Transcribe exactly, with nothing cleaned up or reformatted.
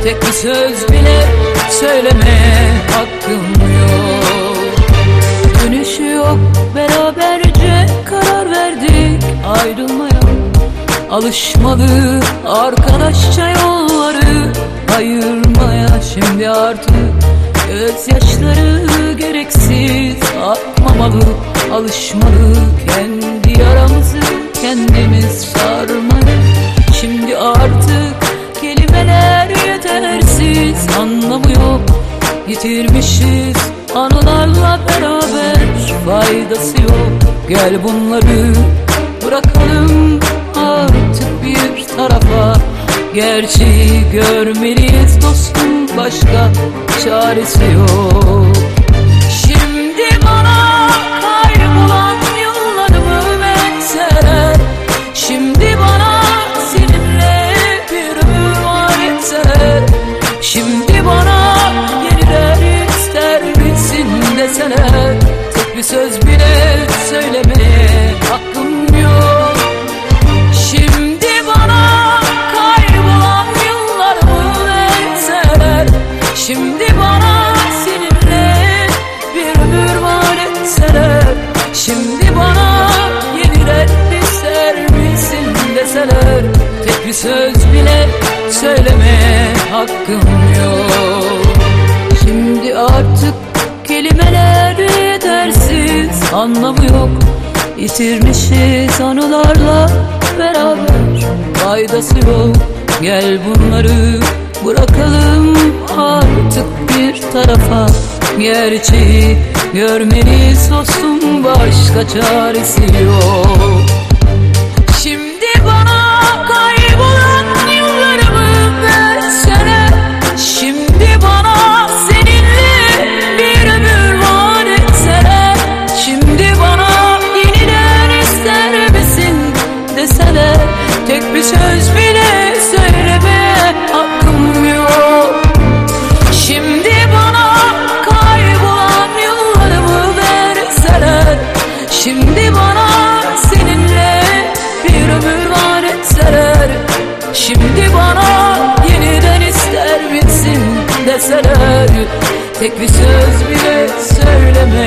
tek bir söz bile söyleme hakkım yok. Dönüşü yok, beraberce karar verdik ayrılmaya. Alışmalı arkadaşça yolları ayırmaya. Şimdi artık gözyaşları gereksiz akmamalı. Alışmalı kendi yaramızı kendimiz sarmalı. Şimdi artık kelimeler yetersiz, anlamı yok. Yitirmişiz anılarla beraber, faydası yok. Gel bunları bırakalım artık bir tarafa. Gerçeği görmeliyiz dostum, başka çaresi yok. Şimdi bana kaybolan yollarımı verseler, şimdi bana seninle bir ömür var etseler, şimdi bana yeniden ister misin deseler, tek bir söz bile söylemeye hakkım yok. Şimdi bana kaybolan yollarımı verseler, şimdi bana seninle bir ömür var etseler, şimdi bana yeniden ister misin deseler, tek bir söz bile söylemeye hakkım yok. Şimdi artık kelimeler yetersiz, anlamı yok. Yitirmişiz anılarla beraber, faydası yok. Gel bunları bırakalım artık bir tarafa. Gerçeği görmeliyiz dostum, başka çaresi yok. Şimdi bana kaybolan yollarımı verseler, şimdi bana seninle bir ömür var etseler, şimdi bana yeniden ister misin deseler, tek bir söz bile söyleme hakkım yok. Şimdi bana kaybolan yollarımı verseler, şimdi bana seninle bir ömür var etseler, şimdi bana yeniden ister misin deseler, tek bir söz bile söyleme